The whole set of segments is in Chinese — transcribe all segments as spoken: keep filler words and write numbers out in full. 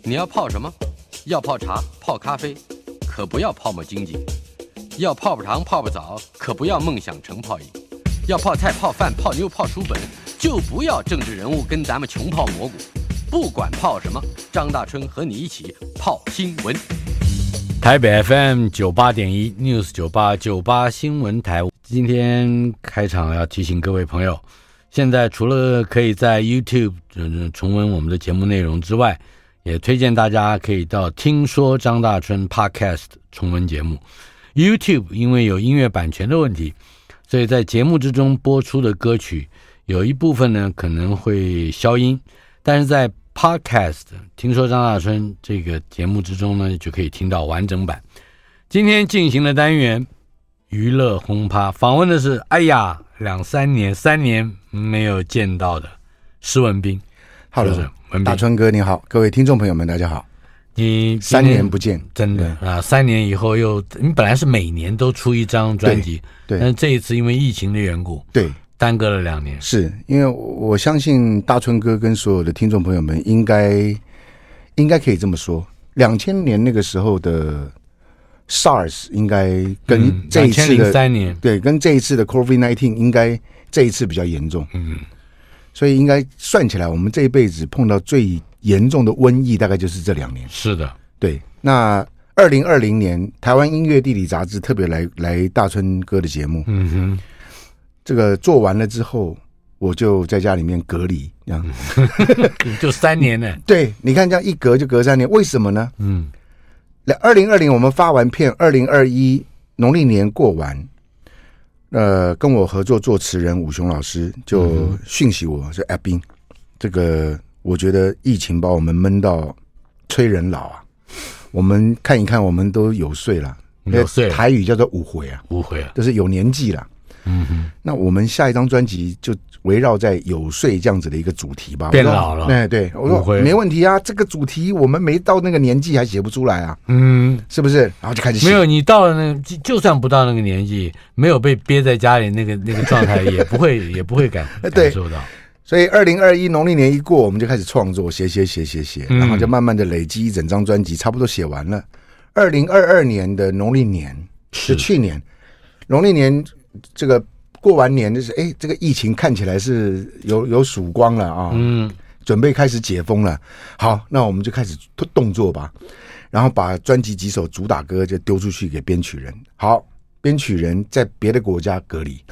你要泡什么？要泡茶、泡咖啡，可不要泡沫经济；要泡泡糖、泡泡澡，可不要梦想成泡影；要泡菜、泡饭、泡妞、泡书本，就不要政治人物跟咱们穷泡蘑菇。不管泡什么，张大春和你一起泡新闻。台北 F M 九八点一 News 九八九八新闻台，今天开场要提醒各位朋友，现在除了可以在 YouTube 重温我们的节目内容之外，也推荐大家可以到听说张大春 Podcast 重温节目。 YouTube 因为有音乐版权的问题，所以在节目之中播出的歌曲有一部分呢可能会消音，但是在 Podcast 听说张大春这个节目之中呢就可以听到完整版。今天进行的单元娱乐轰趴，访问的是哎呀两三年三年没有见到的施文彬。 Hello， 大春哥你好，各位听众朋友们大家好。 你三年不见， 真的啊！三年以后又，你本来是每年都出一张专辑， 对， 但是这一次因为疫情的缘故， 对， 耽搁了两年。 是因为我相信大春哥跟所有的听众朋友们应该应该可以这么说，两千年那个时候的 SARS 应该跟这一次的、嗯、二千零三年对，跟这一次的 COVID 十九 应该这一次比较严重，嗯。所以应该算起来，我们这一辈子碰到最严重的瘟疫，大概就是这两年。 是的， 对。那二零二零年，台湾音乐地理杂志特别来来大春哥的节目，嗯哼，这个做完了之后，我就在家里面隔离，这样， 就三年呢。 对，你看这样一隔就隔三年，为什么呢？嗯，二零二零我们发完片，二零二一农历年过完。呃，跟我合作作词人武雄老师就讯息我说：“阿彬，这个我觉得疫情把我们闷到催人老啊！我们看一看，我们都有岁了， 有岁了， 台语叫做五回啊， 五回啊， 就是有年纪了。嗯哼，那我们下一张专辑就围绕在有岁这样子的一个主题吧。 变老了， 哎，对，我说没问题啊，这个主题我们没到那个年纪还写不出来啊，嗯，是不是？然后就开始写。 没有，你到了那个，就算不到那个年纪，没有被憋在家里那个那个状态，也不会也不会感感受到。 所以二零二一农历年一过，我们就开始创作，写写写写写，然后就慢慢的累积一整张专辑，差不多写完了。二零二二年的农历年是去年农历年这个。过完年就是哎，这个疫情看起来是有有曙光了啊，嗯，准备开始解封了。好，那我们就开始动作吧，然后把专辑几首主打歌就丢出去给编曲人。好，编曲人在别的国家隔离，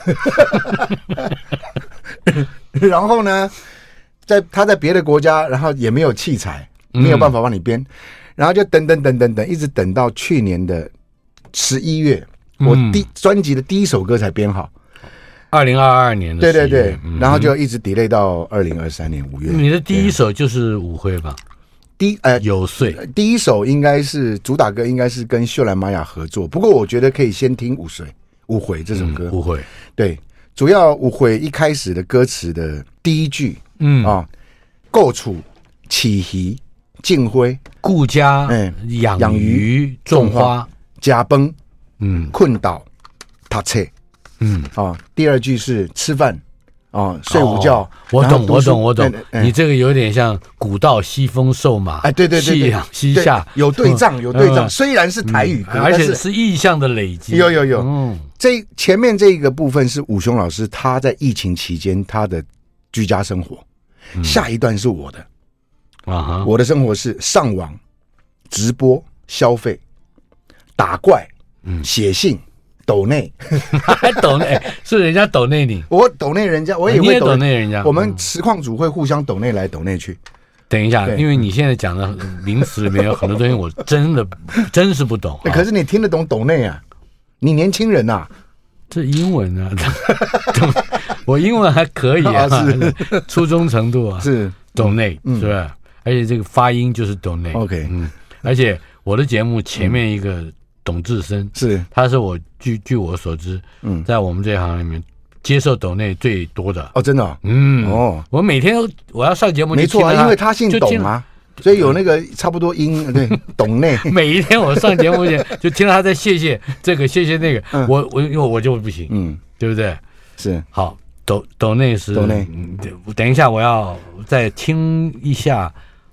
然后呢，在他在别的国家，然后也没有器材，没有办法帮你编，然后就等等等等等，一直等到去年的十一月，我第专辑的第一首歌才编好。 二零二二年的对对对、嗯，然后就一直 delay 到二零二三年五月。 你的第一首就是舞会吧？ 第呃有岁， 第一首应该是主打歌，应该是跟秀兰玛雅合作。不过我觉得可以先听舞水舞会这首歌。 舞、嗯、会对，主要舞会一开始的歌词的第一句，嗯啊，构处起鱼敬辉， 顾家嗯养养鱼种花家崩嗯困倒读册。嗯啊，第二句是吃饭啊，睡午觉。哦、 我懂，我懂，我懂、嗯。你这个有点像古道西风瘦马， 哎，对对对， 夕阳西下， 有对仗，有对仗。嗯、虽然是台语歌、 嗯，而且是意象的累积。 有有有，嗯，这前面这个部分是武雄老师他在疫情期间他的居家生活，嗯、下一段是我的啊哈，我的生活是上网、直播、消费、打怪、嗯、写信。抖内还抖内是人家抖内你， 我抖内人家，我也会抖内人家。 我们实况组会互相抖内来抖内去。 等一下，因为你现在讲的名词里面有很多东西，我真的真是不懂。 可是你听得懂抖内啊？你年轻人啊， 这英文啊，我英文还可以啊，是初中程度啊， 是抖内是吧？而且这个发音就是抖内。 OK， 嗯，而且我的节目前面一个。董志生是， 他是我据据我所知，嗯，在我们这一行里面接受抖内最多的哦，真的、哦， 嗯哦，我每天都我要上节目， 没错啊，因为他姓董啊，所以有那个差不多音，对，董内。 每一天我上节目前就听到他在谢谢这个谢谢那个，嗯、我我因为我就不行，嗯，对不对？ 是好，抖抖内是抖内、 嗯，等一下我要再听一下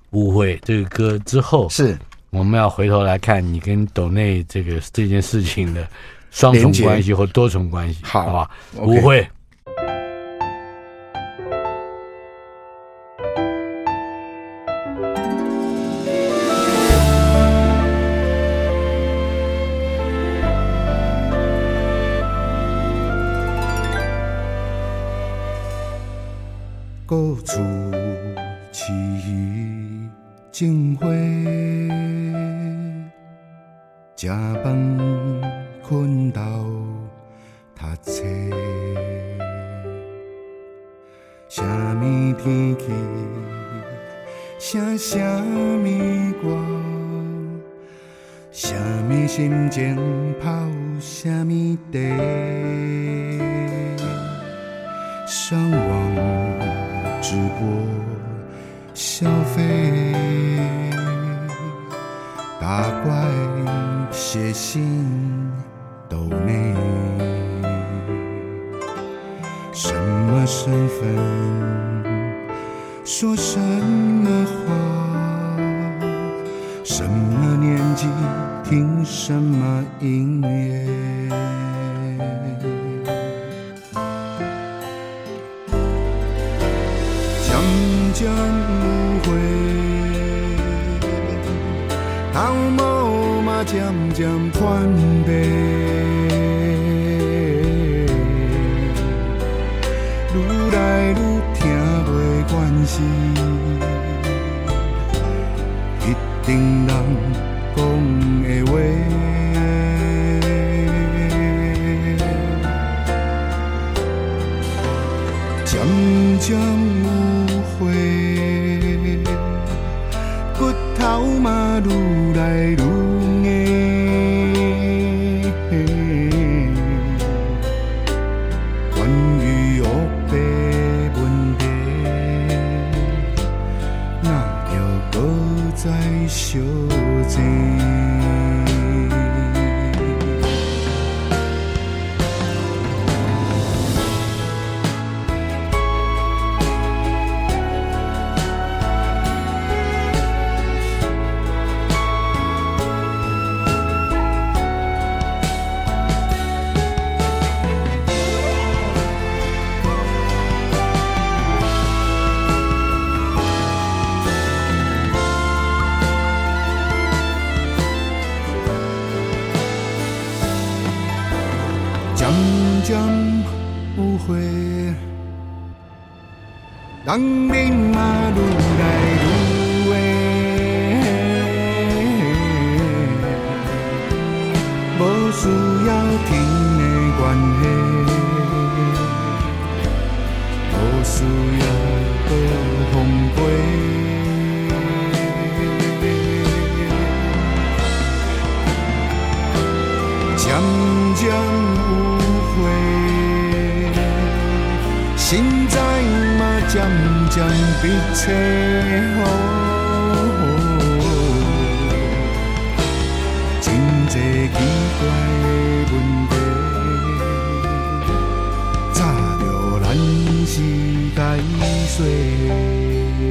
误会这个歌之后， 是我们要回头来看你跟斗内这个这件事情的双重关系或多重关系， 好吧？ Okay 误会。 故厝饲鱼种花，食饭困觉读册。什么天气，写什么歌，什么心情泡什么茶，上网直播消费，打怪写信抖内，什么身份说什么话，什么年纪听什么音乐。渐渐有花，头毛嘛渐渐翻白，愈来愈听袂惯势，一定人讲的话。渐渐有花，骨头嘛愈来愈硬。关于黑白问题，哪着搁再相争？渐渐有花，人民嘛愈来愈会，无需要天的关系，无需要过风杯。渐渐有花，心在嘛渐渐闭切，真侪奇怪的问题，早着咱是该说。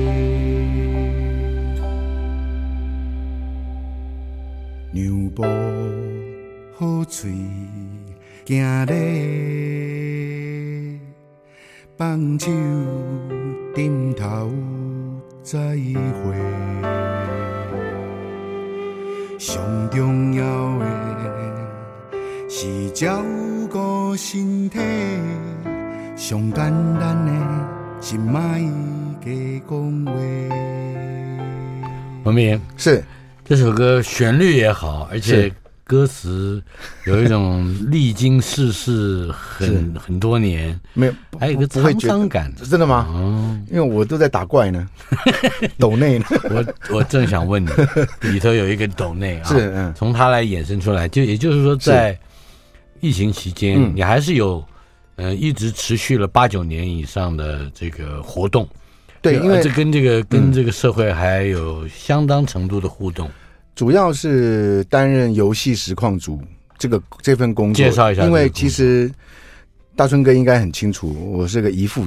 娘步好嘴行礼，放手点头再会。上重要的是照顾身体，上简单的是莫加讲话。 文明是这首歌旋律也好，而且歌词有一种历经世事很很多年， 没有， 还有一个沧桑感。 真的吗？哦，因为我都在打怪呢，斗内呢。 我我正想问你，里头有一个斗内啊， 是嗯， 从它来衍生出来，就也就是说，在疫情期间，嗯、你还是有呃一直持续了八九年以上的这个活动。 对，因为这跟这个跟这个社会还有相当程度的互动。 主要是担任游戏实况组这个这份工作， 介绍一下。 因为其实大春哥应该很清楚，我是个遗父子，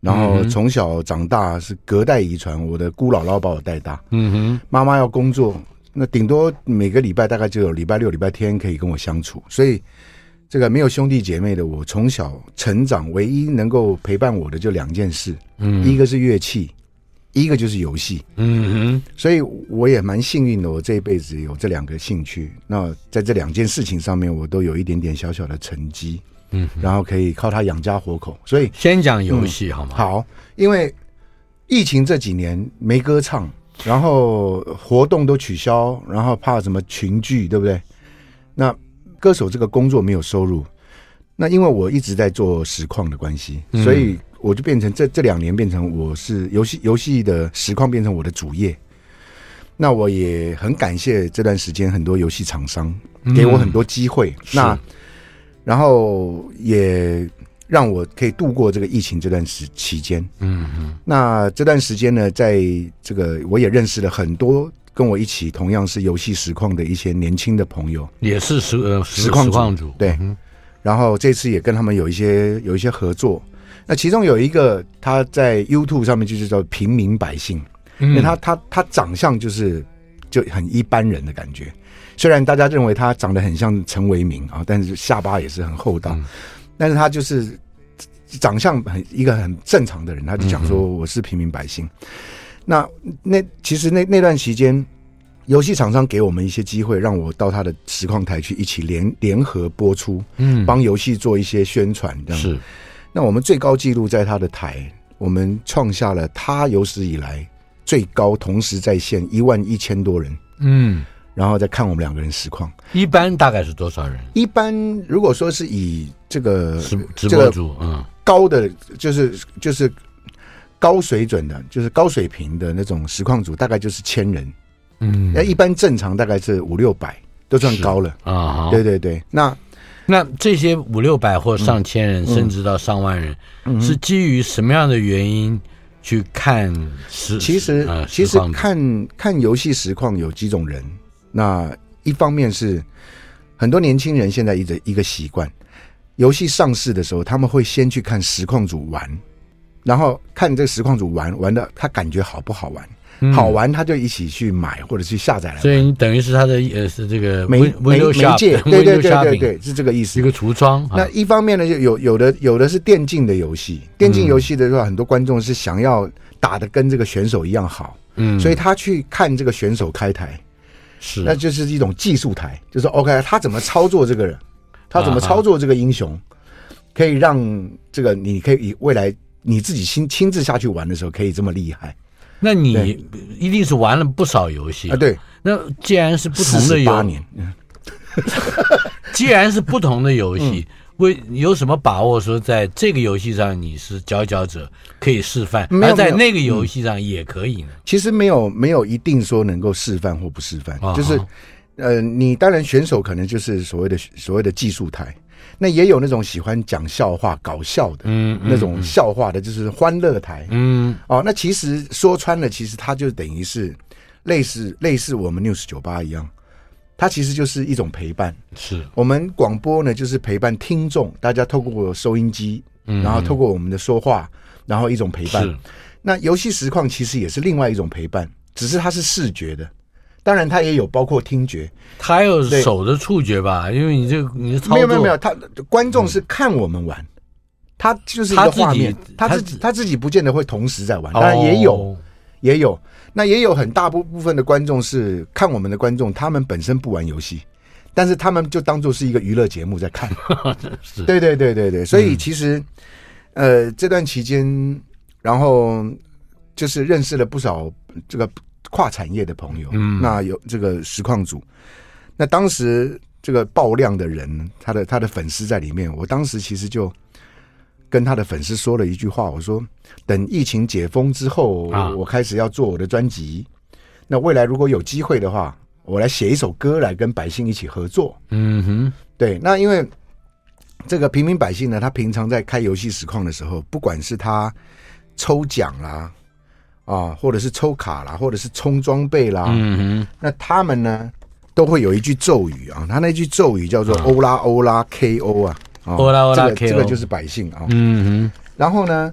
然后从小长大是隔代遗传，我的姑姥姥把我带大。 嗯哼， 妈妈要工作，那顶多每个礼拜大概就有礼拜六、礼拜天可以跟我相处，所以这个没有兄弟姐妹的我，从小成长唯一能够陪伴我的就两件事，嗯，一个是乐器，一个就是游戏。嗯哼，所以我也蛮幸运的，我这一辈子有这两个兴趣，那在这两件事情上面，我都有一点点小小的成绩。嗯，然后可以靠它养家活口，所以先讲游戏、嗯、好吗？ 好，因为疫情这几年没歌唱，然后活动都取消，然后怕什么群聚，对不对？那歌手这个工作没有收入，那因为我一直在做实况的关系，嗯、所以我就变成这这两年变成我是游戏游戏的实况变成我的主业。那我也很感谢这段时间很多游戏厂商给我很多机会。嗯、那然后也让我可以度过这个疫情这段时期间。嗯嗯。那这段时间呢，在这个我也认识了很多跟我一起同样是游戏实况的一些年轻的朋友， 也是实呃实况实况组。 对。嗯、然后这次也跟他们有一些有一些合作。那其中有一个他在 YouTube 上面就是叫平民百姓，嗯、因为他他他长相就是就很一般人的感觉。虽然大家认为他长得很像陈为民啊，但是下巴也是很厚道，嗯、但是他就是长相很一个很正常的人，他就讲说我是平民百姓。嗯、那那其实那那段期间，游戏厂商给我们一些机会，让我到他的实况台去一起联联合播出，嗯，帮游戏做一些宣传，这样是。那我们最高纪录在他的台，我们创下了他有史以来最高同时在线一万一千多人，嗯。然后再看我们两个人实况， 一般大概是多少人？ 一般如果说是以这个直播主，嗯， 高的就是就是高水准的，就是高水平的那种实况组，大概就是千人，嗯，那一般正常大概是五六百，都算高了啊。对对对，那那这些五六百或上千人，嗯、甚至到上万人，嗯、是基于什么样的原因去看实？ 其实、呃、其实看看游戏实况有几种人。那一方面是很多年轻人现在一个一个习惯，游戏上市的时候他们会先去看实况组玩，然后看这个实况组玩玩的他感觉好不好玩，嗯、好玩他就一起去买或者去下载来玩。 所以你等于是他的呃是这个媒媒媒介，对对对对对，是这个意思。 一个橱窗。 那一方面呢，就有有的有的是电竞的游戏，电竞游戏的话，很多观众是想要打的跟这个选手一样好，嗯，所以他去看这个选手开台。是，那就是一种技术台，就是 OK， 他怎么操作这个人，他怎么操作这个英雄，可以让这个你可以未来你自己亲亲自下去玩的时候可以这么厉害。 那你一定是玩了不少游戏啊？对。 那既然是不同的游戏， 八年， 既然是不同的游戏。嗯会有什么把握说在这个游戏上你是佼佼者可以示范，而在那个游戏上也可以呢？ 其实没有没有一定说能够示范或不示范，哦、就是呃，你当然选手可能就是所谓的所谓的技术台，那也有那种喜欢讲笑话搞笑的，嗯，那种笑话的就是欢乐台，嗯，哦，那其实说穿了，其实它就等于是类似类似我们 News 九八一样。它其实就是一种陪伴，是我们广播呢，就是陪伴听众，大家透过收音机，嗯、然后透过我们的说话，然后一种陪伴。那游戏实况其实也是另外一种陪伴，只是它是视觉的，当然它也有包括听觉， 它还有手的触觉吧？因为你这你的操作没有没有没有，他观众是看我们玩，嗯、他就是一个画面，他自己他自己不见得会同时在玩，当然也有、哦、也有。那也有很大部分的观众是看我们的观众，他们本身不玩游戏，但是他们就当作是一个娱乐节目在看。对对对对对，所以其实、嗯、呃这段期间，然后就是认识了不少这个跨产业的朋友。嗯，那有这个实况组，那当时这个爆量的人，他的他的粉丝在里面，我当时其实就跟他的粉丝说了一句话，我说等疫情解封之后、啊、我开始要做我的专辑，那未来如果有机会的话，我来写一首歌来跟百姓一起合作。嗯哼，对，那因为这个平民百姓呢，他平常在开游戏实况的时候，不管是他抽奖啦啊，或者是抽卡啦，或者是充装备啦，嗯哼，那他们呢都会有一句咒语啊，他那句咒语叫做欧拉欧拉 K O 啊。 欧拉欧拉 K O， 这个这个就是百姓啊。嗯哼。然后呢，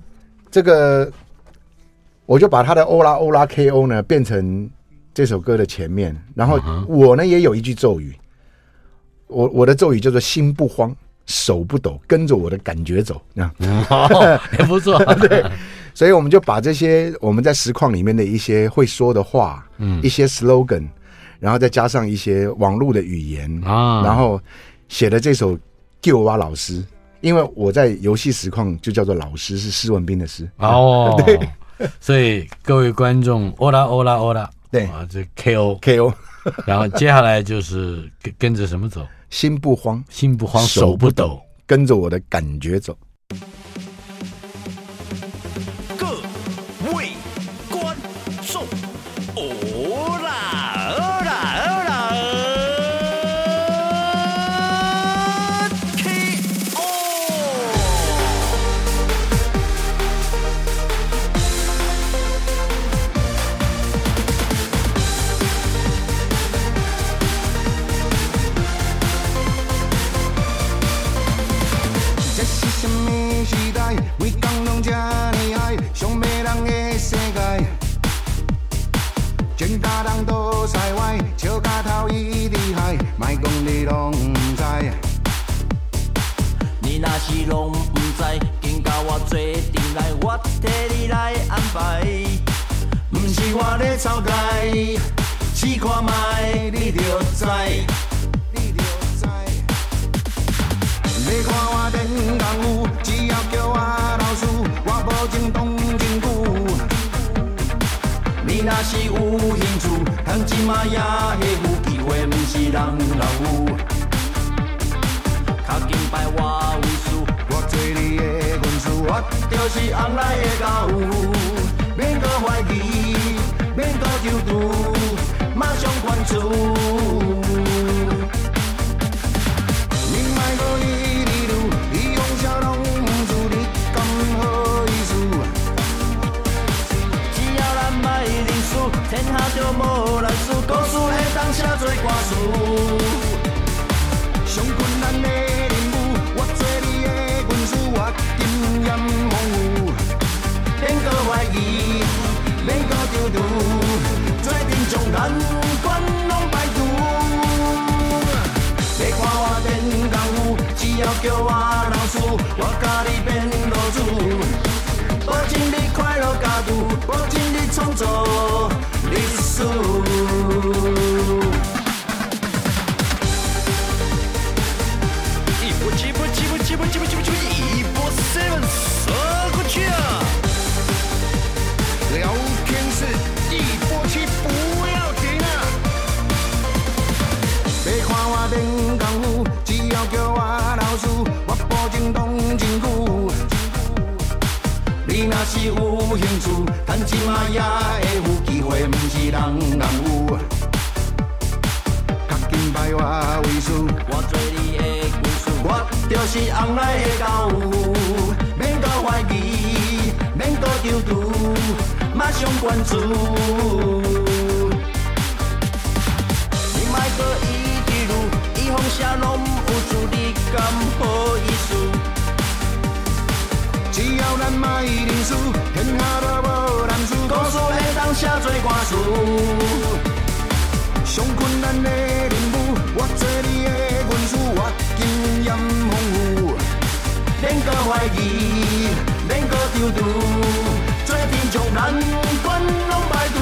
这个我就把他的欧拉欧拉 K O 呢变成这首歌的前面，然后我呢也有一句咒语，我我的咒语叫做心不慌手不抖，跟着我的感觉走，这样哦，也不错。 对，所以我们就把这些我们在实况里面的一些会说的话，嗯，一些 slogan， 然后再加上一些网络的语言啊，然后写的这首救蛙老师，因为我在游戏实况就叫做老师，是施文彬的师哦，对，所以各位观众，欧拉欧拉欧拉， 对啊，这 K O K O， 然后接下来就是跟跟着什么走？ 心不慌， 心不慌，手不抖， 跟着我的感觉走。 各位观众，哦啦哦啦哦啦 ，K O。这是什么时代？每天拢这呢爱，上迷人的世界。全家人都塞歪，笑甲头伊厉害，莫讲你拢不知。你若是拢不知，紧甲我做阵来，我替你来安排。不是我咧操解，试看卖你就知。要看我练功夫，只要叫我老师，我保证动真久。你若是有兴趣，通即马也下有机会，不是人人有。较紧拜我为师，我做你的军师，我就是红来的教父。免搁怀疑，免搁丢毒，马上关注。天下就无难事，故事会当写做歌词。上困难的任务，我做你的军师，我经验丰富。免搁怀疑，免搁丢毒，做阵将难关拢摆渡。要看我练功夫，只要叫我老师，我教你变老子。保证你快乐家族，保证你创造历史。一波七波七波七波七波七波七波，一波 seven 杀过去啊！聊天室一波七不要停啊！要看我练功夫，只要叫我老师，我保证动真久。你若是有兴趣，趁即马也会有机会，不是人人有。较紧拜我为师，我做你的军师，我就是红来的教父。免搁怀疑，免搁丢毒，马上关注。你莫搁伊记录，伊风声拢有主，你敢好意思？只要咱莫认输，天下都无难事，故事会当写做歌词。上困难的任务，我做你的军师，我经验丰富。免搁怀疑，免搁丢毒，做阵将难关拢摆渡。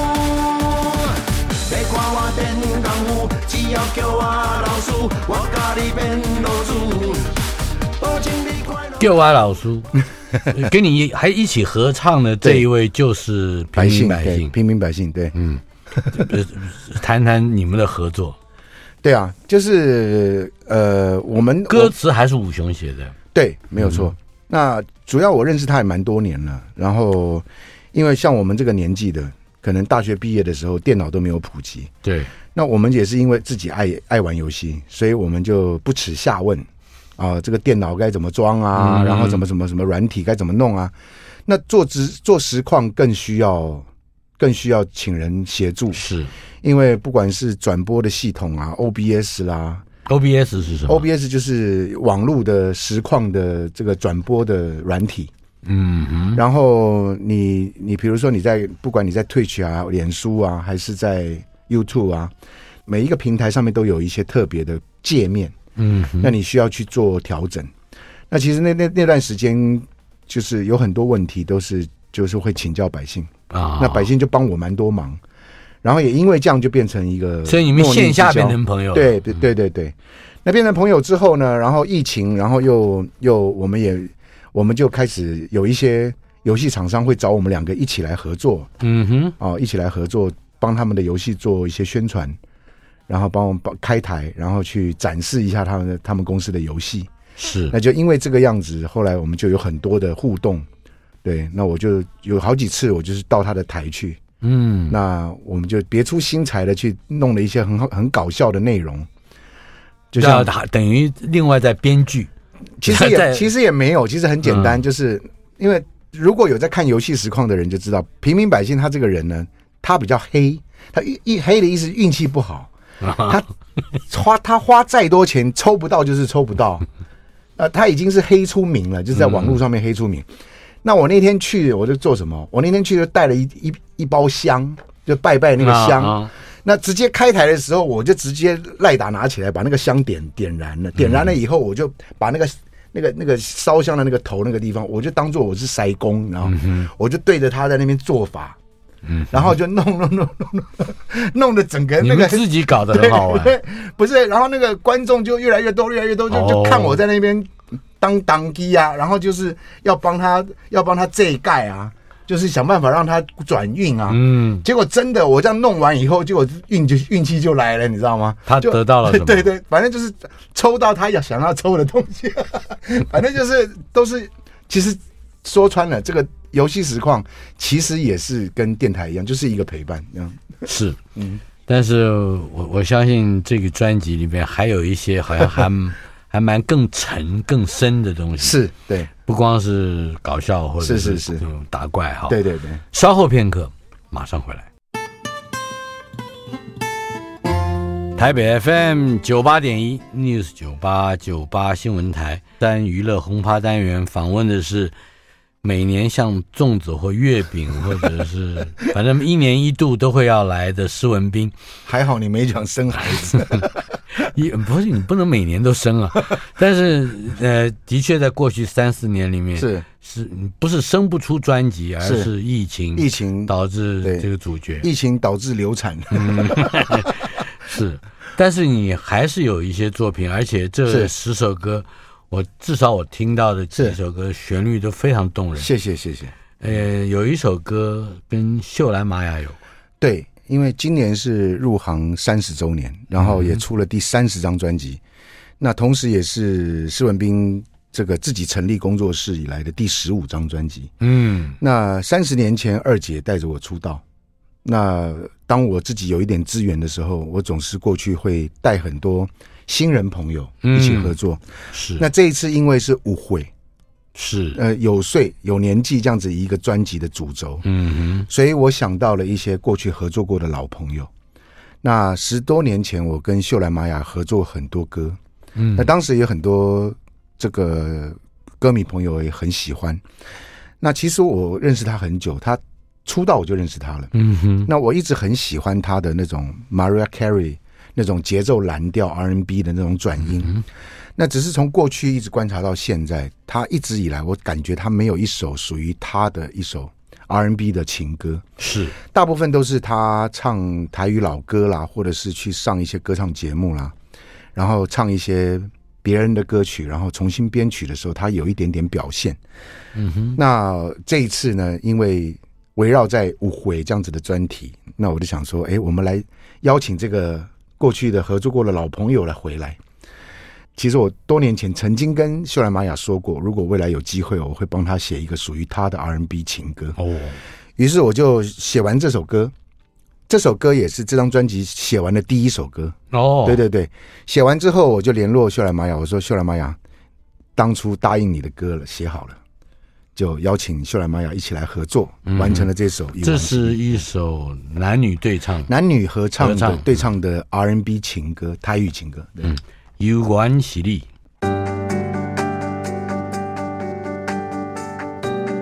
要看我练功夫，只要叫我老师，我教你变老子。救蛙老叔跟你还一起合唱的这一位就是平民百姓， 平民百姓，对， 嗯，谈谈你们的合作。 对啊，就是呃，我们歌词还是武雄写的， 对，没有错。嗯、那主要我认识他也蛮多年了，然后因为像我们这个年纪的，可能大学毕业的时候电脑都没有普及， 对， 那我们也是因为自己爱爱玩游戏，所以我们就不耻下问。啊，这个电脑该怎么装啊？嗯、然后怎么怎么什么软体该怎么弄啊？那做直做实况更需要更需要请人协助， 是因为不管是转播的系统啊 ，O B S 啦 ，O B S 是什么 ？O B S 就是网络的实况的这个转播的软体嗯哼， 然后你你比如说你在不管你在 Twitch 啊、脸书啊，还是在 YouTube 啊，每一个平台上面都有一些特别的界面， 嗯哼， 那你需要去做调整。那其实那那那段时间就是有很多问题都是就是会请教百姓啊，那百姓就帮我蛮多忙，然后也因为这样就变成一个， 所以你们线下变成朋友， 对对对对对。那变成朋友之后呢，然后疫情，然后又又我们也我们就开始有一些游戏厂商会找我们两个一起来合作， 嗯哼， 哦，一起来合作，帮他们的游戏做一些宣传，然后帮我们开台，然后去展示一下他们的他们公司的游戏。 是， 那就因为这个样子，后来我们就有很多的互动。对，那我就有好几次，我就是到他的台去， 嗯， 那我们就别出心裁的去弄了一些很好很搞笑的内容，就像等于另外在编剧。 其实也其实也没有，其实很简单，嗯、就是因为如果有在看游戏实况的人就知道，平民百姓他这个人呢，他比较黑，他一黑的意思运气不好，他花他花再多钱抽不到就是抽不到。呃，他已经是黑出名了，就是在网络上面黑出名。嗯、那我那天去，我就做什么？我那天去就带了一一一包香，就拜拜那个香。啊啊那直接开台的时候，我就直接赖打拿起来，把那个香点点燃了。点燃了以后，我就把那个那个那个烧香的那个头那个地方，我就当做我是塞公，然后我就对着他在那边做法。嗯，然后就弄弄弄弄弄，弄得整个那个自己搞得很好玩， 不是？然后那个观众就越来越多，越来越多，就就看我在那边当当机啊，然后就是要帮他要帮他这一盖啊，就是想办法让他转运啊。嗯，结果真的我这样弄完以后，结果运就运气就来了，你知道吗？ 他得到了什么？ 对对，反正就是抽到他要想要抽的东西，反正就是都是其实说穿了这个。游戏实况其实也是跟电台一样，就是一个陪伴，这样是，嗯。但是我我相信这个专辑里面还有一些好像还还蛮更沉、更深的东西， 是对， 不光是搞笑或者是是是打怪哈， 对对对。 稍后片刻，马上回来。台北 F M 九八点一 News 九八九八新闻台三娱乐轰趴单元访问的是。每年像粽子或月饼，或者是反正一年一度都会要来的施文彬， 还好你没讲生孩子， 也不是你不能每年都生啊。但是呃，的确在过去三四年里面是是不是生不出专辑，而是疫情疫情导致这个主角， 疫情导致流产。 嗯、是，但是你还是有一些作品，而且这十首歌。我至少我听到的几首歌旋律都非常动人。 谢谢谢谢。 呃，有一首歌跟秀兰玛雅有关。 对，因为今年是入行三十周年，然后也出了第三十张专辑，嗯、那同时也是施文彬这个自己成立工作室以来的第十五张专辑。嗯，那三十年前二姐带着我出道，那当我自己有一点资源的时候，我总是过去会带很多。新人朋友一起合作， 嗯、是。 那这一次因为是舞会， 是呃有岁有年纪这样子一个专辑的主轴， 嗯哼， 所以我想到了一些过去合作过的老朋友。那十多年前我跟秀兰玛雅合作很多歌，嗯，那当时有很多这个歌迷朋友也很喜欢。那其实我认识他很久，他出道我就认识他了， 嗯哼。 那我一直很喜欢他的那种 Mariah Carey。那种节奏蓝调 R and B 的那种转音，嗯、那只是从过去一直观察到现在，他一直以来我感觉他没有一首属于他的一首 R and B 的情歌， 是大部分都是他唱台语老歌啦，或者是去上一些歌唱节目啦，然后唱一些别人的歌曲，然后重新编曲的时候，他有一点点表现。 嗯哼， 那这一次呢，因为围绕在舞会这样子的专题，那我就想说，哎，我们来邀请这个。过去的合作过的老朋友来回来，其实我多年前曾经跟秀兰玛雅说过，如果未来有机会，我会帮他写一个属于他的 R and B 情歌。 哦， 于是我就写完这首歌，这首歌也是这张专辑写完的第一首歌。 哦， 对对对，写完之后我就联络秀兰玛雅，我说秀兰玛雅，当初答应你的歌了，写好了。就邀请秀兰玛雅一起来合作，嗯、完成了这首。 这是一首男女对唱、 男女合唱的对唱的 R and B 情歌，台语情歌。 嗯，有缘是你。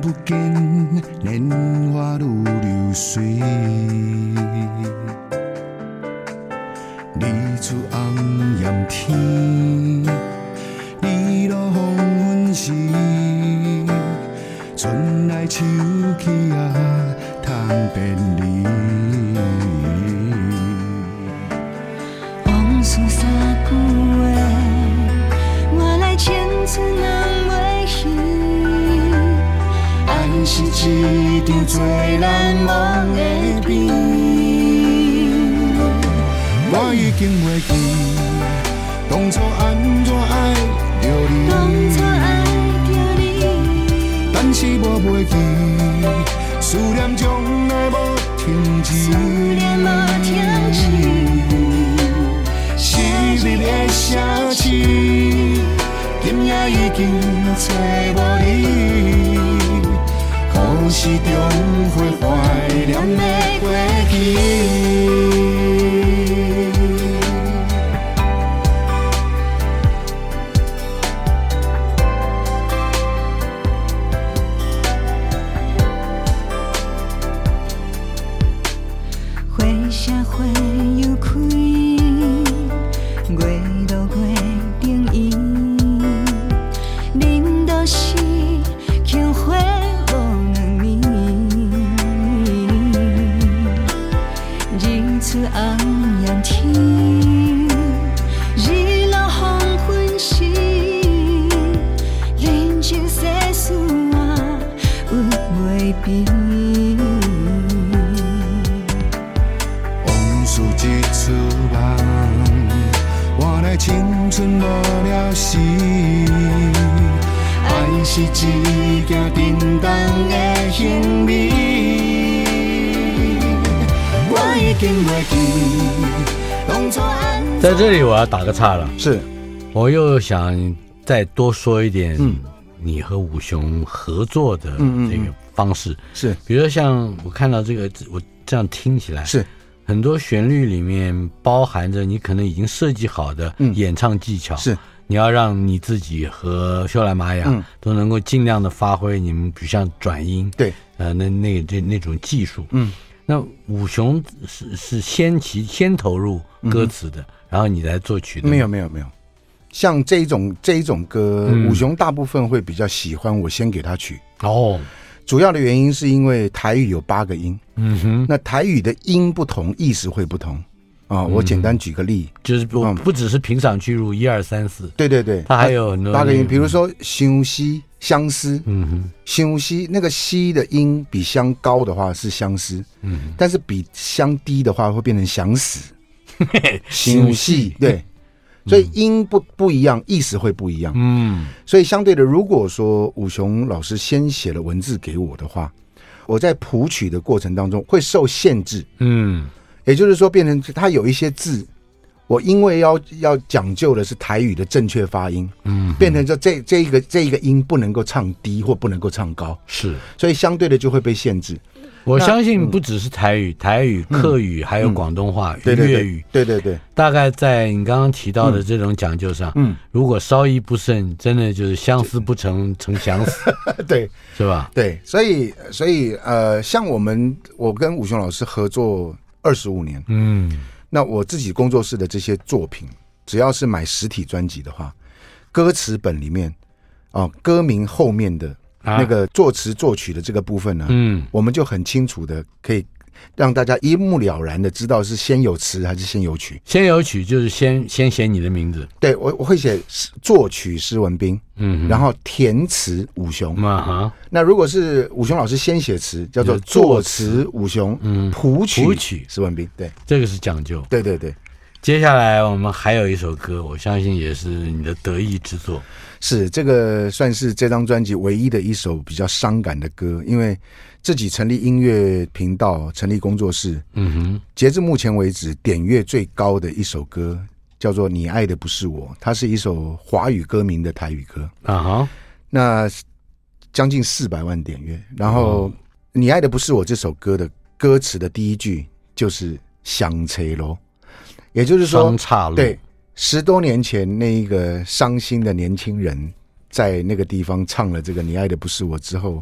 不见年华如流水，日出红艳天，日落黄昏时，春来秋去啊，通别离。 往事三句话，我来千次难袂去。爱是一张最难忘的片， 我已经袂记，当初安怎爱着你， 当初爱着你， 但是我袂记，思念从来无停止， 思念无停止。 昔日的城市，今夜已经找无你，可是终会怀念的过去。 花谢花又开，月落月等伊，恁都是琼花无两面。日出红艳天，日落黄昏时，恁就世事我有袂变。 一出梦，换来青春无了时。爱是一件沉重的行李，我已经袂记当初安怎。 在这里我要打个岔了， 是我又想再多说一点嗯你和武雄合作的嗯嗯嗯这个方式， 是比如说像我看到这个，我这样听起来是很多旋律里面包含着你可能已经设计好的嗯演唱技巧， 是你要让你自己和秀兰玛雅嗯都能够尽量的发挥你们，比如像转音， 对， 呃，那那这那种技术， 嗯， 那武雄是是先其先投入歌词的，嗯、然后你来作曲的， 没有没有没有，像这一种这一种歌，嗯、武雄大部分会比较喜欢我先给他曲哦。 主要的原因是因为台语有八个音， 嗯哼， 那台语的音不同，意思会不同啊、哦。我简单举个例， 嗯、就是不、嗯、不只是平赏去入一二三四， 对对对， 它还有很多八个音，比如说相思、相思， 嗯哼， 相思那个西的音比相高的话是相思，嗯，但是比相低的话会变成想死，相思，对。所以音不不一样，意思会不一样。嗯，所以相对的，如果说武雄老师先写了文字给我的话，我在谱曲的过程当中会受限制。嗯，也就是说，变成它有一些字，我因为要要讲究的是台语的正确发音，嗯，变成这这这一个这一个音不能够唱低或不能够唱高， 是， 所以相对的就会被限制。 我相信不只是台语、台语、客语，还有广东话、 粤语， 对对对， 大概在你刚刚提到的这种讲究上，嗯，如果稍一不慎，真的就是相思不成成想死， 对， 是吧？ 对，所以所以呃，像我们我跟武雄老师合作二十五年，嗯，那我自己工作室的这些作品，只要是买实体专辑的话，歌词本里面啊、呃，歌名后面的。那个作词作曲的这个部分呢，嗯，我们就很清楚的可以让大家一目了然的知道是先有词还是先有曲。 先有曲就是先先写你的名字， 对，我我会写作曲施文彬，嗯，然后填词武雄，啊哈。那如果是武雄老师先写词，叫做作词武雄，嗯，谱曲谱曲施文彬，对， 这个是讲究， 对对对。 接下来我们还有一首歌，我相信也是你的得意之作。 是，这个算是这张专辑唯一的一首比较伤感的歌，因为自己成立音乐频道，成立工作室，嗯哼，截至目前为止点阅最高的一首歌叫做《你爱的不是我》，它是一首华语歌名的台语歌啊哈，那将近四百万点阅。然后《你爱的不是我》这首歌的歌词的第一句就是“相车路”，也就是说， 双岔路， 对。十多年前，那一个伤心的年轻人，在那个地方唱了这个“你爱的不是我”之后，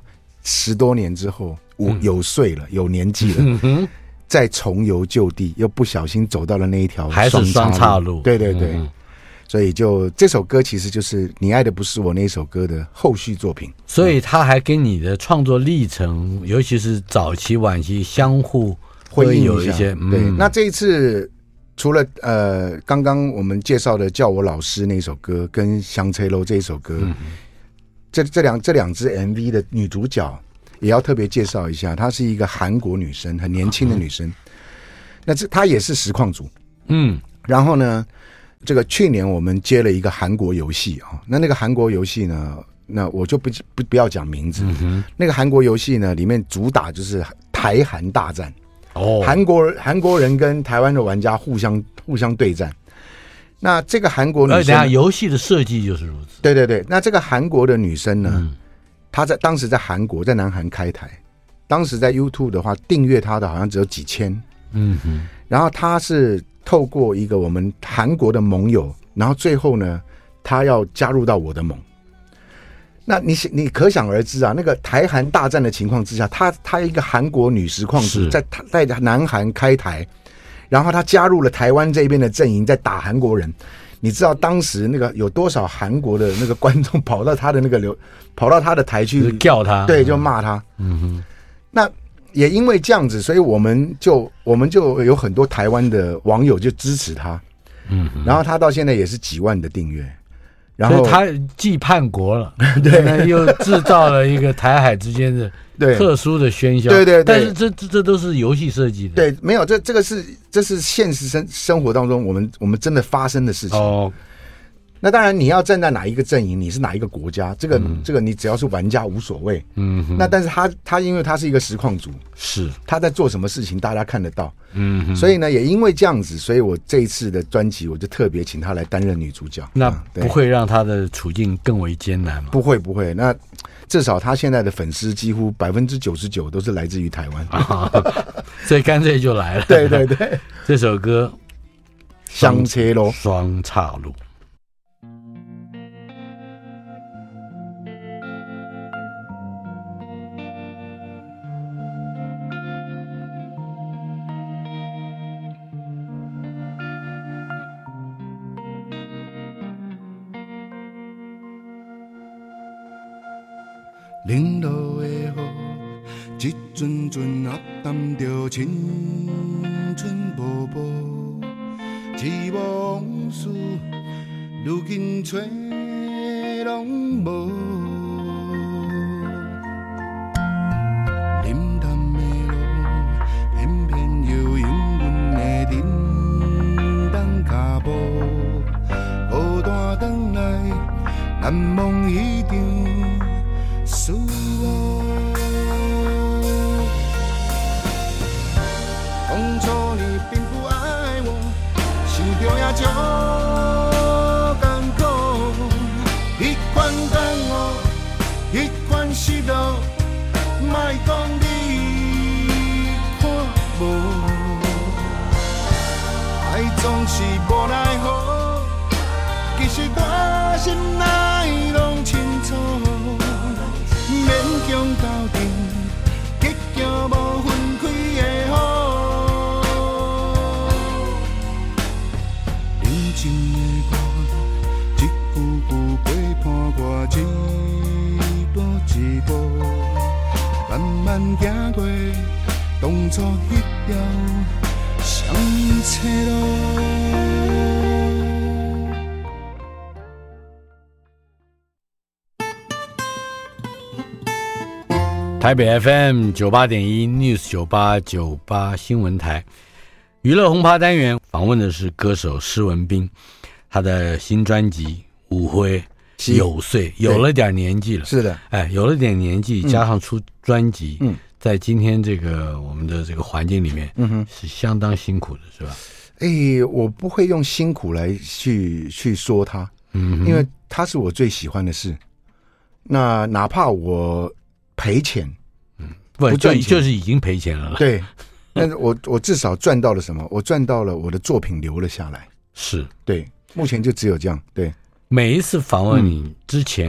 十多年之后，我有岁了，有年纪了， 嗯哼， 再重游旧地，又不小心走到了那一条还是双岔路， 对对对。 嗯， 所以就这首歌其实就是你爱的不是我那首歌的后续作品， 所以他还跟你的创作历程，尤其是早期晚期相互会有一些。 嗯、对，那这一次除了呃刚刚我们介绍的叫我老师那首歌跟香车楼这一首歌，嗯、这这两这两支 M V 的女主角也要特别介绍一下，她是一个韩国女生，很年轻的女生，嗯、那这她也是实况组，嗯，然后呢。这个去年我们接了一个韩国游戏啊，那那个韩国游戏呢，那我就不不不要讲名字。嗯、那个韩国游戏呢，里面主打就是台韩大战哦，韩国韩国人跟台湾的玩家互相互相对战。那这个韩国女生， 等下游戏的设计就是如此。 对对对，那这个韩国的女生呢，嗯、她在当时在韩国，在南韩开台，当时在 YouTube 的话，订阅她的好像只有几千。嗯哼，然后她是。透过一个我们韩国的盟友，然后最后呢，他要加入到我的盟。那你你可想而知啊，那个台韩大战的情况之下，他他一个韩国女实况主在在南韩开台，然后他加入了台湾这边的阵营，在打韩国人。你知道当时那个有多少韩国的那个观众跑到他的那个流，跑到他的台去叫他， 对，就骂他。嗯哼，那。也因为这样子，所以我们就我们就有很多台湾的网友就支持他，嗯，然后他到现在也是几万的订阅，然后他既叛国了，对，又制造了一个台海之间的特殊的喧嚣， 对对对， 但是这这这都是游戏设计的， 对，没有这这个是这是现实生生活当中我们我们真的发生的事情哦。那当然，你要站在哪一个阵营，你是哪一个国家，这个、嗯、这个你只要是玩家无所谓。嗯，那但是他他因为他是一个实况主， 是他在做什么事情，大家看得到。嗯，所以呢，也因为这样子，所以我这一次的专辑，我就特别请他来担任女主角。 那不会让他的处境更为艰难吗？ 不会不会，那至少他现在的粉丝几乎百分之九十九都是来自于台湾， 啊、所以干脆就来了。 对对对， 这首歌双车路， 双岔路。 零落的雨，一阵阵压淡着青春步步，一无往事，如今找拢无。冷淡的路，偏偏又引阮的叮当脚步，孤单转来，难忘一场。是我当初你并不爱我，想着也足艰苦，迄款感悟，迄款失落，莫讲你看无，爱总是无奈何，其实我心内拢清楚。勉强斗阵，结局无分开的好。认真的我，一句句陪伴我一步一步，慢慢行过当初迄条双车路。 台北 F M 九八点一 News 九八九八新闻台娱乐轰趴单元，访问的是歌手施文彬，他的新专辑《舞辉》有岁，有了点年纪了， 是的， 哎，有了点年纪，加上出专辑，嗯，在今天这个我们的这个环境里面，嗯哼，是相当辛苦的，是吧？ 哎，我不会用辛苦来去去说它，嗯，因为它是我最喜欢的事。那哪怕我赔钱， 嗯，不赚钱，就是已经赔钱了啦。 对，但是我我至少赚到了什么？我赚到了我的作品留了下来。 是， 对，目前就只有这样。对， 每一次访问你之前，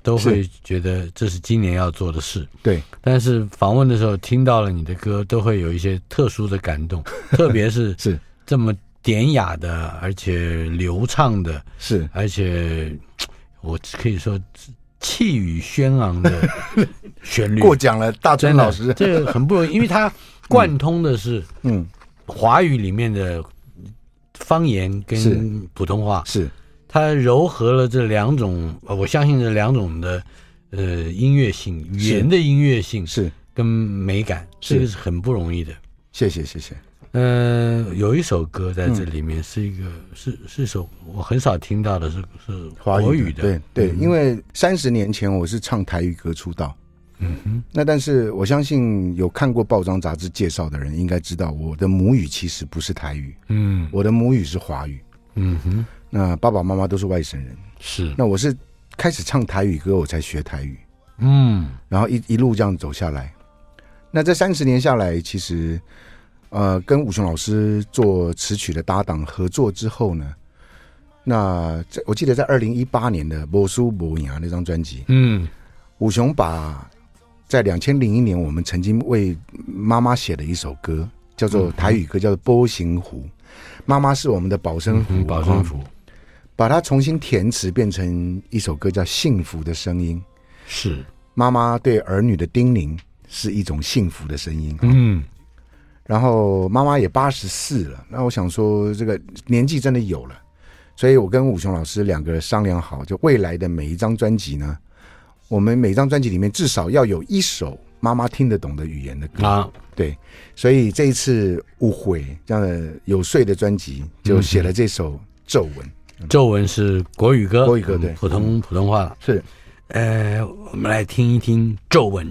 都会觉得这是今年要做的事。 对， 但是访问的时候听到了你的歌，都会有一些特殊的感动，特别是是这么典雅的，而且流畅的， 是， 而且我可以说气宇轩昂的旋律， 过奖了，大春老师， 这个很不容易，因为它贯通的是嗯华语里面的方言跟普通话， 是它糅合了这两种，我相信这两种的呃音乐性，语言的音乐性是跟美感， 是这个是很不容易的。 谢谢谢谢。 呃，有一首歌在这里面是一个、嗯、是是一首我很少听到的是，是华国语的。 对对、 嗯， 因为三十年前我是唱台语歌出道。 嗯哼， 那但是我相信有看过报章杂志介绍的人应该知道，我的母语其实不是台语， 嗯， 我的母语是华语。 嗯哼， 那爸爸妈妈都是外省人， 是。 那我是开始唱台语歌我才学台语， 嗯， 然后一一路这样走下来。那这三十年下来，其实呃跟武雄老师做词曲的搭档合作之后呢，那我记得在二零一八年的《无输无赢》那张专辑， 嗯， 武雄把在两千零一年我们曾经为妈妈写的一首歌，叫做台语歌，叫做《波形湖》。妈妈是我们的保身符， 嗯、保身符， 把它重新填词变成一首歌，叫《幸福的声音》。 是妈妈对儿女的叮咛，是一种幸福的声音。 嗯， 然后妈妈也八十四了，那我想说这个年纪真的有了，所以我跟武雄老师两个人商量好，就未来的每一张专辑呢，我们每张专辑里面至少要有一首妈妈听得懂的语言的歌啊。对，所以这一次误会这样的有睡的专辑就写了这首皱纹。 嗯、皱纹是国语歌， 国语歌对， 普通普通话是。 呃，我们来听一听皱纹。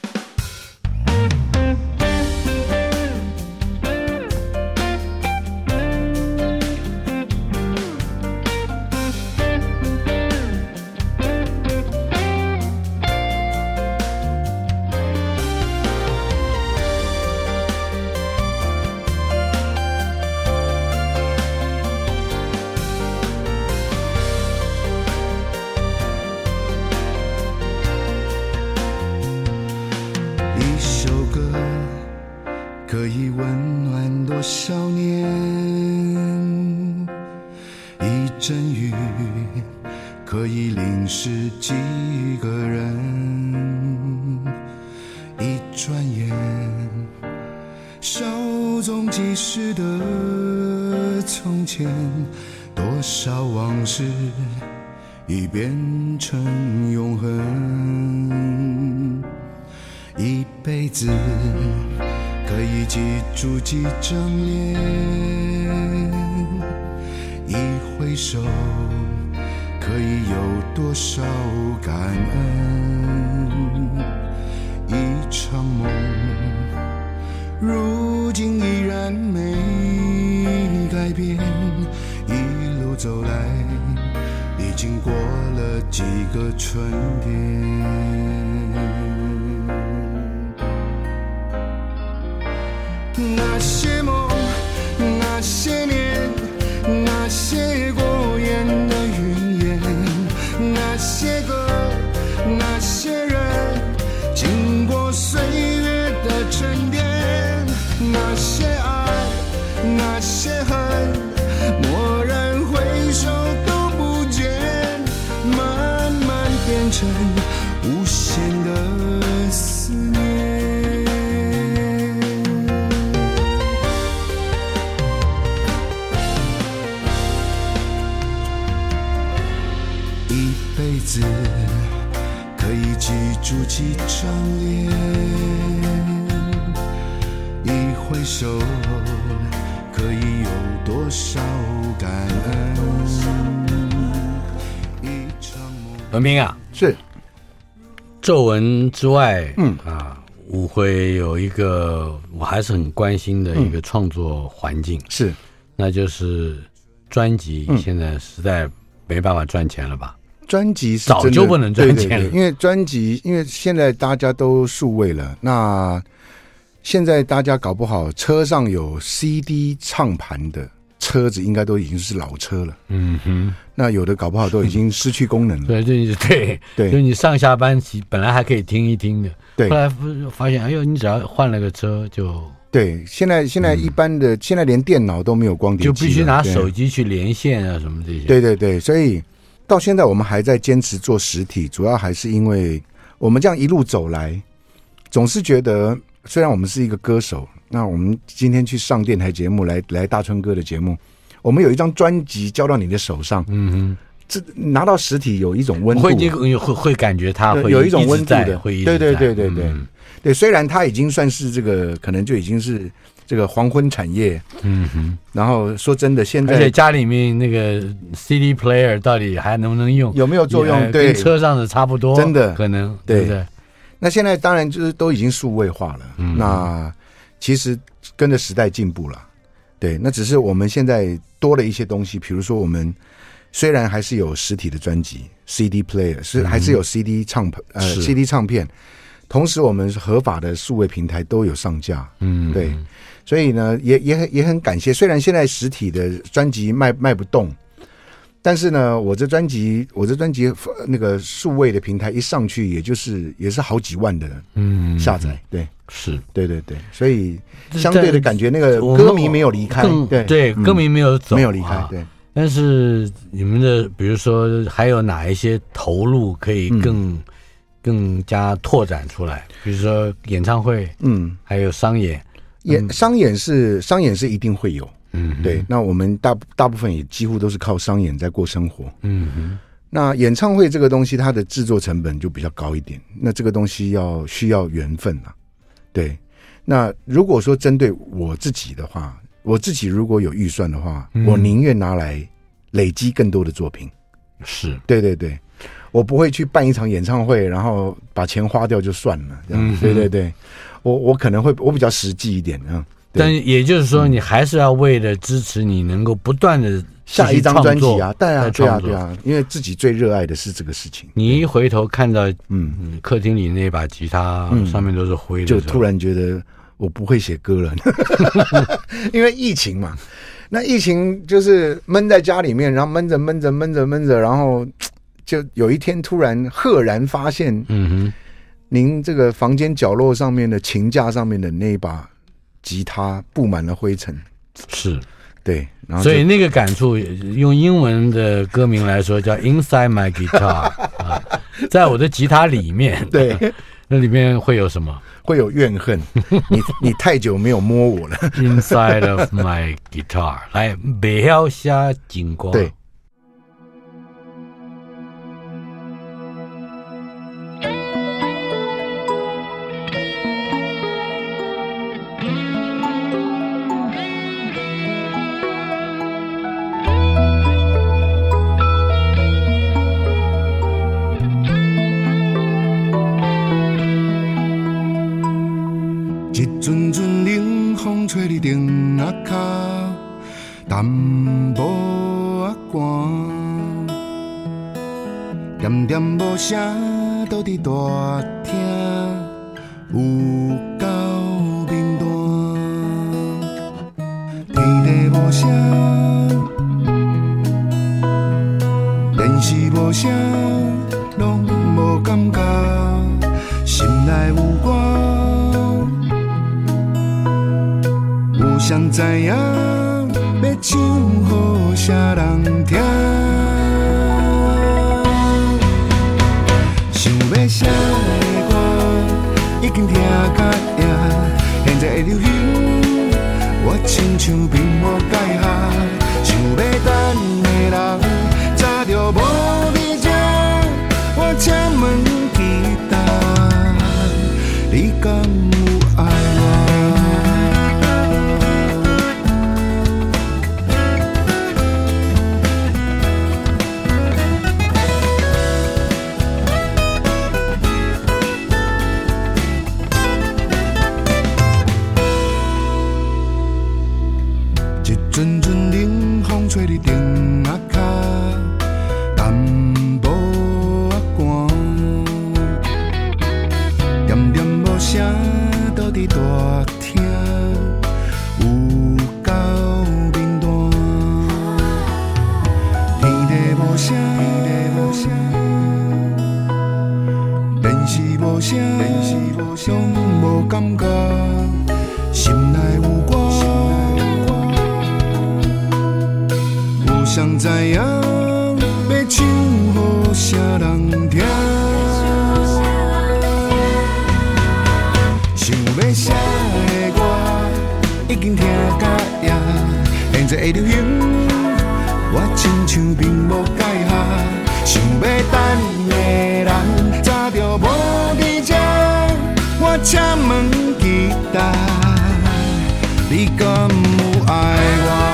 可以温暖多少年，一阵雨可以淋湿几个人，一转眼稍纵即逝的从前，多少往事已变成永恒，一辈子可以记住几张脸，一回首可以有多少感恩，一场梦如今依然没改变，一路走来已经过了几个春天。那些梦，那些年，那些过眼的云烟，那些歌，那些人，经过岁月的沉淀，那些爱，那些恨，蓦然回首都不见，慢慢变成无限的思念。一辈子可以记住几张脸，一回首可以有多少感恩，一场梦。 文彬啊， 是皱纹之外， 嗯啊，舞会有一个我还是很关心的一个创作环境， 嗯、是， 那就是专辑现在实在没办法赚钱了吧？ 专辑是早就不能赚钱了， 对对对，因为专辑，因为现在大家都数位了，那现在大家搞不好车上有 C D 唱盘的车子应该都已经是老车了， 嗯哼， 那有的搞不好都已经失去功能了。 对对对对， 就你上下班期本来还可以听一听的， 对， 后来发现，哎呦，你只要换了个车就。 对，现在现在一般的、嗯、现在连电脑都没有光碟机， 就必须拿手机去连线啊，什么这些。 对对对，所以到现在我们还在坚持做实体，主要还是因为我们这样一路走来，总是觉得虽然我们是一个歌手，那我们今天去上电台节目来来大春哥的节目，我们有一张专辑交到你的手上，嗯哼，这拿到实体有一种温度， 会会会感觉它会有一种温度的， 会一直对对对对对。 嗯对，虽然它已经算是这个，可能就已经是这个黄昏产业，嗯哼。然后说真的，现在而且家里面那个 C D player 到底还能不能用， 有没有作用？对， 跟车上的差不多， 真的可能对不对？ 那现在当然就是都已经数位化了，嗯、那其实跟着时代进步了，对。那只是我们现在多了一些东西，比如说我们虽然还是有实体的专辑 C D player， 是、嗯、还是有 C D 唱呃 C D 唱片。同时，我们合法的数位平台都有上架，嗯，对，所以呢，也也很也很感谢。虽然现在实体的专辑卖卖不动，但是呢，我这专辑，我这专辑那个数位的平台一上去，也就是也是好几万的嗯下载，对， 是， 对对对，所以相对的感觉，那个歌迷没有离开，对对，歌迷没有走， 没有离开，对。 但是你们的，比如说，还有哪一些投入可以更？嗯更加拓展出来，比如说演唱会，嗯，还有商演， 演、嗯、商演是商演是一定会有，嗯，对。那我们大大部分也几乎都是靠商演在过生活，嗯哼。那演唱会这个东西，它的制作成本就比较高一点，那这个东西要需要缘分啊，对。那如果说针对我自己的话，我自己如果有预算的话，嗯、我宁愿拿来累积更多的作品， 是， 对对对。我不会去办一场演唱会，然后把钱花掉就算了，这样、嗯、对对对，我我可能会我比较实际一点啊。 但也就是说，你还是要为了支持你能够不断的下一张专辑啊，对啊对啊对啊，因为自己最热爱的是这个事情。 你一回头看到嗯客厅里那把吉他、嗯、上面都是灰的， 就突然觉得我不会写歌了，因为疫情嘛，那疫情就是闷在家里面，然后闷着闷着闷着闷着，然后。就有一天突然赫然发现，嗯哼，您这个房间角落上面的琴架上面的那一把吉他布满了灰尘， 是， 对，然后所以那个感触用英文的歌名来说叫 Inside My Guitar 啊，在我的吉他里面， 对， 那里面会有什么？ 会有怨恨，你你太久没有摸我了。 Inside of my guitar， 来，不要下金光， 对。 一阵阵冷风吹你顶下脚，淡薄仔寒，点点无声倒伫大厅，有够面淡。天地无声，电视无声，拢无感觉，心内有我。有谁知影要唱予啥人听？想要写的歌已经听甲厌，现在的流行我亲像并无界限。想要等的人早就无伫这，我请问吉他，你敢有爱我？阵阵冷风吹你顶下脚，淡薄仔寒，点点无声倒伫大厅，有够面淡。 感觉，心内有我，有谁知影要唱予啥人听？想要写的歌已经听到厌，现在会流行，我亲像并无改下。想要等的人早就无伫这，我请问期待，你敢有爱我？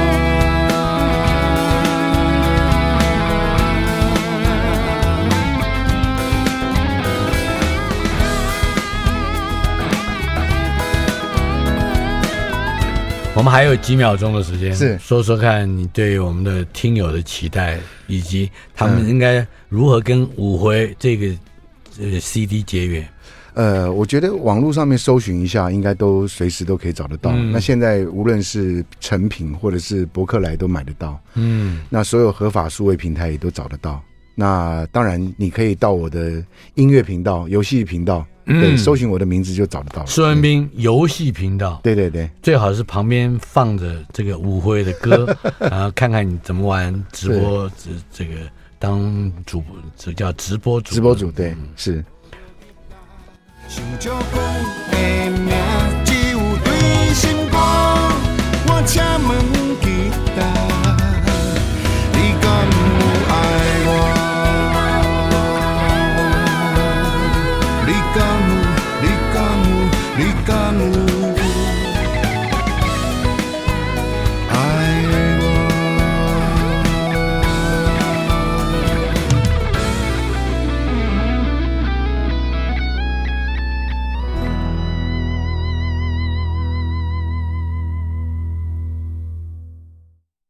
我们还有几秒钟的时间， 是说说看你对我们的听友的期待，以及他们应该如何跟五回这个呃 C D 结缘。 呃，我觉得网络上面搜寻一下，应该都随时都可以找得到。嗯、那现在无论是成品或者是博客来都买得到。嗯，那所有合法数位平台也都找得到。那当然，你可以到我的音乐频道、游戏频道。嗯、对，搜寻我的名字就找得到了。 施文彬游戏频道， 对对对， 最好是旁边放着这个舞会的歌，然后看看你怎么玩直播，这这个当主播，这叫直播主。 直播主，对，嗯、是。 想照讲的